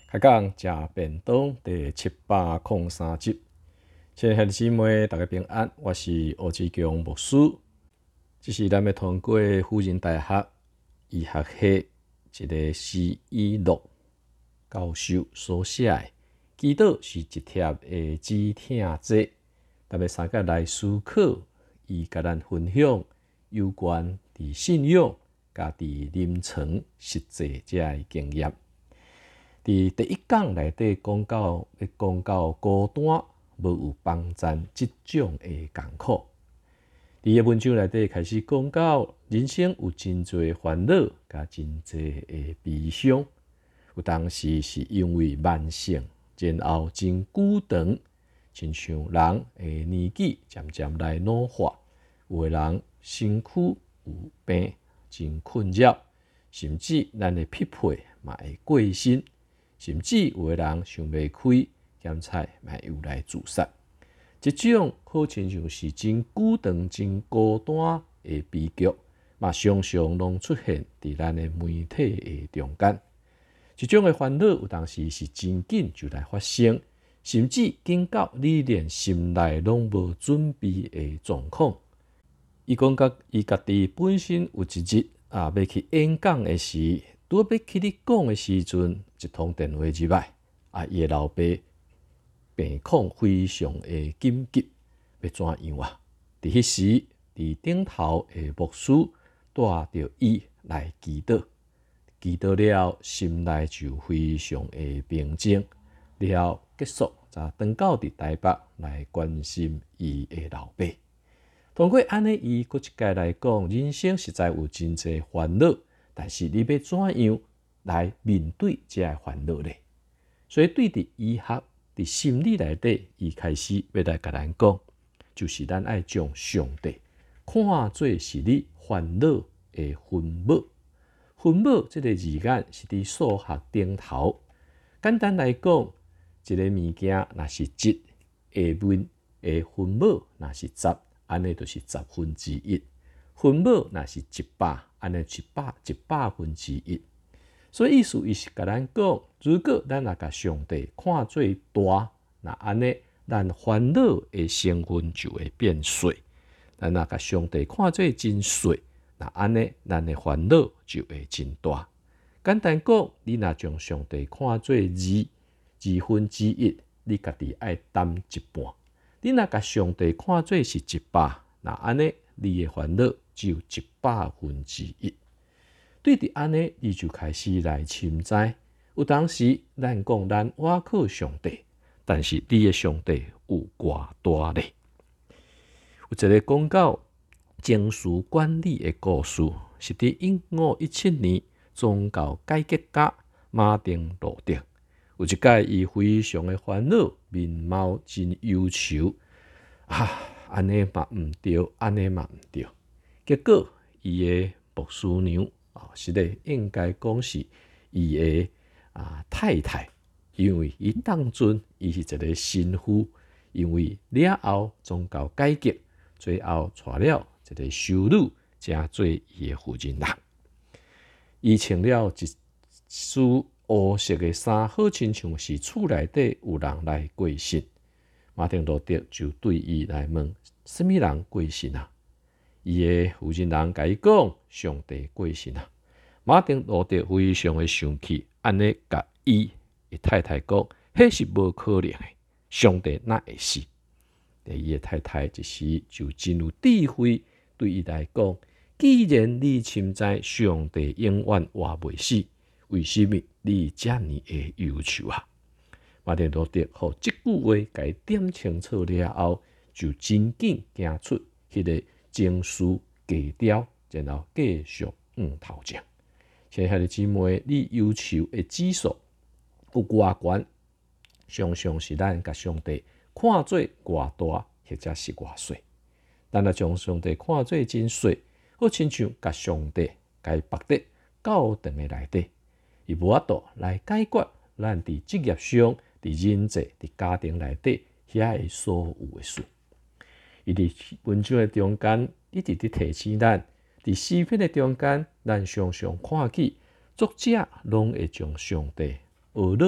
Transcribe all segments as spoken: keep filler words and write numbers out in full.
开讲食便当第七百零三集，亲爱的姊妹，大家平安，我是欧志强牧师。这是咱要通过辅仁大学医学系一个施以乐教授所写的，祈祷是一贴的止痛剂。咱要三个来思考，伊甲咱分享有关伫信仰甲伫临床实际遮的经验。伫第一讲内底讲到，要讲到孤单无有帮赞即种的艰苦。伫个文章内底开始讲到，人生有真侪烦恼，甲真侪的悲伤。有当时是因为慢性，然后真久长，亲像人的年纪渐渐来老化，有的人身躯有病，真困扰，甚至咱的匹配嘛会过身。甚至有的人想袂开，咸菜嘛又来自杀。这种好亲像是真久长、真孤单的悲剧，嘛常常拢出现伫咱的媒体的中间。这种的烦恼有当时是真紧就来发生，甚至紧到你连心内拢无准备的状况。伊讲到伊家己本身有一日啊要去演讲的时，拄要去你讲的时阵，一通电话入来，啊，伊的老爸病况非常的紧急，要怎样啊？伫迄时，伫顶头的牧师带着伊来祈祷，祈祷了，心内就非常的平静。了结束，才转到伫台北来关心伊的老爸。通过安尼，伊搁一届来讲，人生实在有真侪烦恼。但是你要怎样来面对这个烦恼呢？所以对伫医学、伫心理内底，伊开始要来甲咱讲，就是咱爱将上帝看作是你烦恼的分母。分母这个字眼是伫数学顶头。简单来讲，一个物件若是一，下面的分母若是十，安尼就是十分之一。分母若是一百，安尼一百一百分之一。所以意思伊是甲咱讲，如果咱若甲上帝看做大，那安尼咱烦恼的成分就会变小；咱若甲上帝看做真小，那安尼咱的烦恼就会真大。简单讲，你若将上帝看做二，二分之一，你家己爱担一半；你若甲上帝看做是一百，那安尼你的烦恼只有一百分之一。对伫安尼，你就开始来深知，有当时咱讲咱倚靠上帝，但是你的上帝有偌大呢？有一个讲到情绪管理的故事，是伫一五一七年宗教改革家马丁路德。有一届，伊非常的烦恼，面貌真忧愁啊！安尼嘛毋对，安尼嘛毋对。结果，伊的牧师娘啊，实际应该讲是伊的啊太太，因为伊当阵伊是一个新妇，因为了后宗教改革，最后娶了一个修女，才做伊的夫人人。伊穿了一束乌色的衫，好亲像是厝内底有人来过身。马丁路德就对伊来问：什么人过身啊？伊的负责人甲伊讲：上帝过身啊！马丁路德非常的生气，安尼甲伊的太太讲：迄是无可能的，上帝哪会死？伊的太太一时就真有智慧，对伊来讲：既然你深知上帝永远活袂死，为什么你遮尔的忧愁啊？马丁路德互即句话甲伊点清楚了后，就真紧行出迄个情绪低调，然后继续往头前。亲爱的姊妹，你忧愁的指数有偌悬，常常是咱甲上帝看做偌大，或者是偌小。咱若将上帝看做真小，好亲像甲上帝甲伊绑伫教堂的内底，伊无法度来解决咱伫职业上、伫人际、伫家庭内底遐个所有的事。伊伫文章的中间一直伫提醒咱，伫诗篇的中间，咱常常看见作者拢会将上帝学了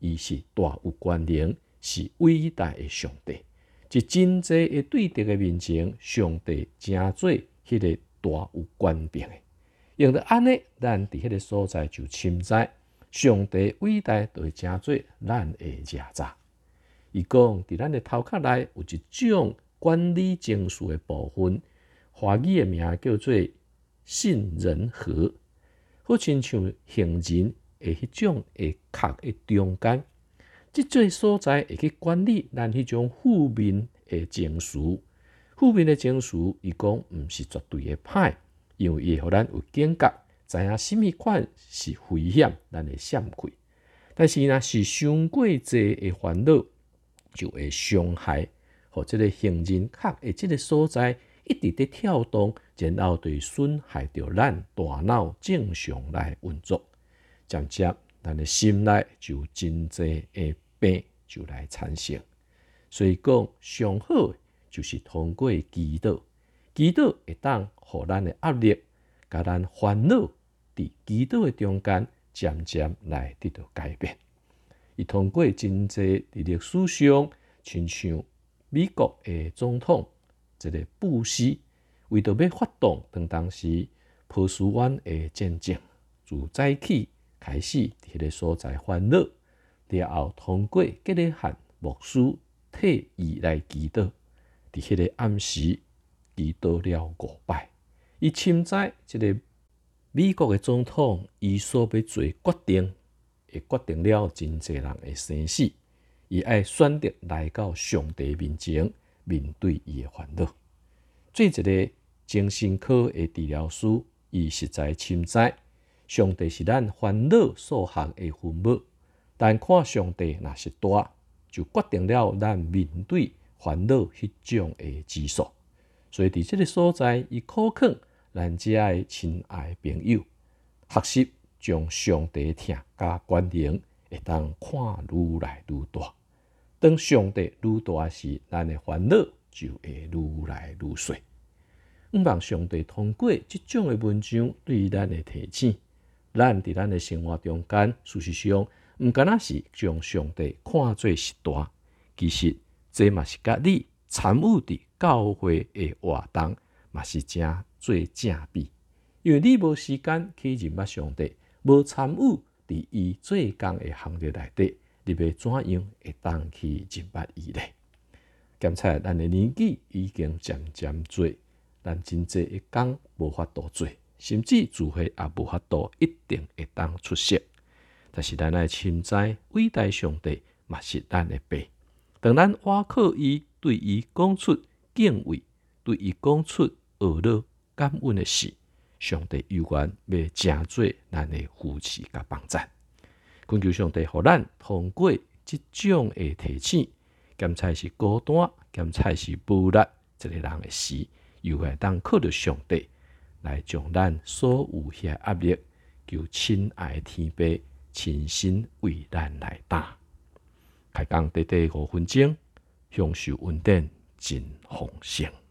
伊是大有关联，是伟大的上帝。一真济的对敌的面前，上帝正做迄个大有权柄的。用得安尼，咱伫迄个所在就深知上帝伟大，就会正做咱的热查。伊讲伫咱的头壳内有一种管理情绪的部分，华语的名叫做杏仁核，好亲像杏仁的迄种的壳的中间，即个所在会去管理咱迄种负面的情绪。负面的情绪，伊讲毋是绝对的歹，因为伊会互咱有警觉，知影什么款是危险，咱会闪开。但是若是伤过济的烦恼，就会伤害，或这个杏仁壳的这个所在一直在跳动，然后就会损害到咱大脑正常来运作。渐渐，咱的心内就有真济的病就来产生。所以讲，上好的就是通过祈祷，祈祷会当互咱的压力，甲咱烦恼伫祈祷的中间渐渐来得到改变。伊通过真济伫历史上，亲像美国的总统一个布希，为着要发动当当时波斯湾的战争，自早起开始伫迄个所在烦恼，了后通过吉勒罕牧师替伊来祈祷，伫迄个暗时祈祷了五摆。伊深知即个美国的总统，伊所要做决定，会决定了真济人的生死。伊爱选择来到上帝面前，面对伊的烦恼。做一个精神科的治疗师，伊实在深知上帝是咱烦恼所学的父母，但看上帝若是大，就决定了咱面对烦恼迄种的指数。所以伫这个所在，伊考劝咱遮的亲爱朋友，学习将上帝的疼甲关联，会当看愈来愈大。当上帝愈大时，咱的烦恼就会愈来愈小。毋望上帝通过这种的文章对咱的提醒，咱伫咱的生活中间，事实上毋敢若是将上帝看作是大，其实这嘛是甲你参与伫教会的活动，嘛是正做正比。因为你无时间去认捌上帝，无参与伫伊做工的行列内底，你要怎样会当去认捌伊呢？检查咱的年纪已经渐渐做，咱真济的工无法度做，甚至聚会也无法度一定会当出席。但是咱爱深知，伟大上帝嘛是咱的爸。当咱倚靠伊，对伊讲出敬畏，对伊讲出懊恼、感恩的事，上帝有缘要正做咱的扶持甲帮助。恳求上帝，互咱通过这种的提醒，检查是孤单，检查是无力一个人的时，又会当靠着上帝来将咱所有遐压力，求亲爱的天父亲身为咱来担。开讲短短五分钟，享受恩典真丰盛。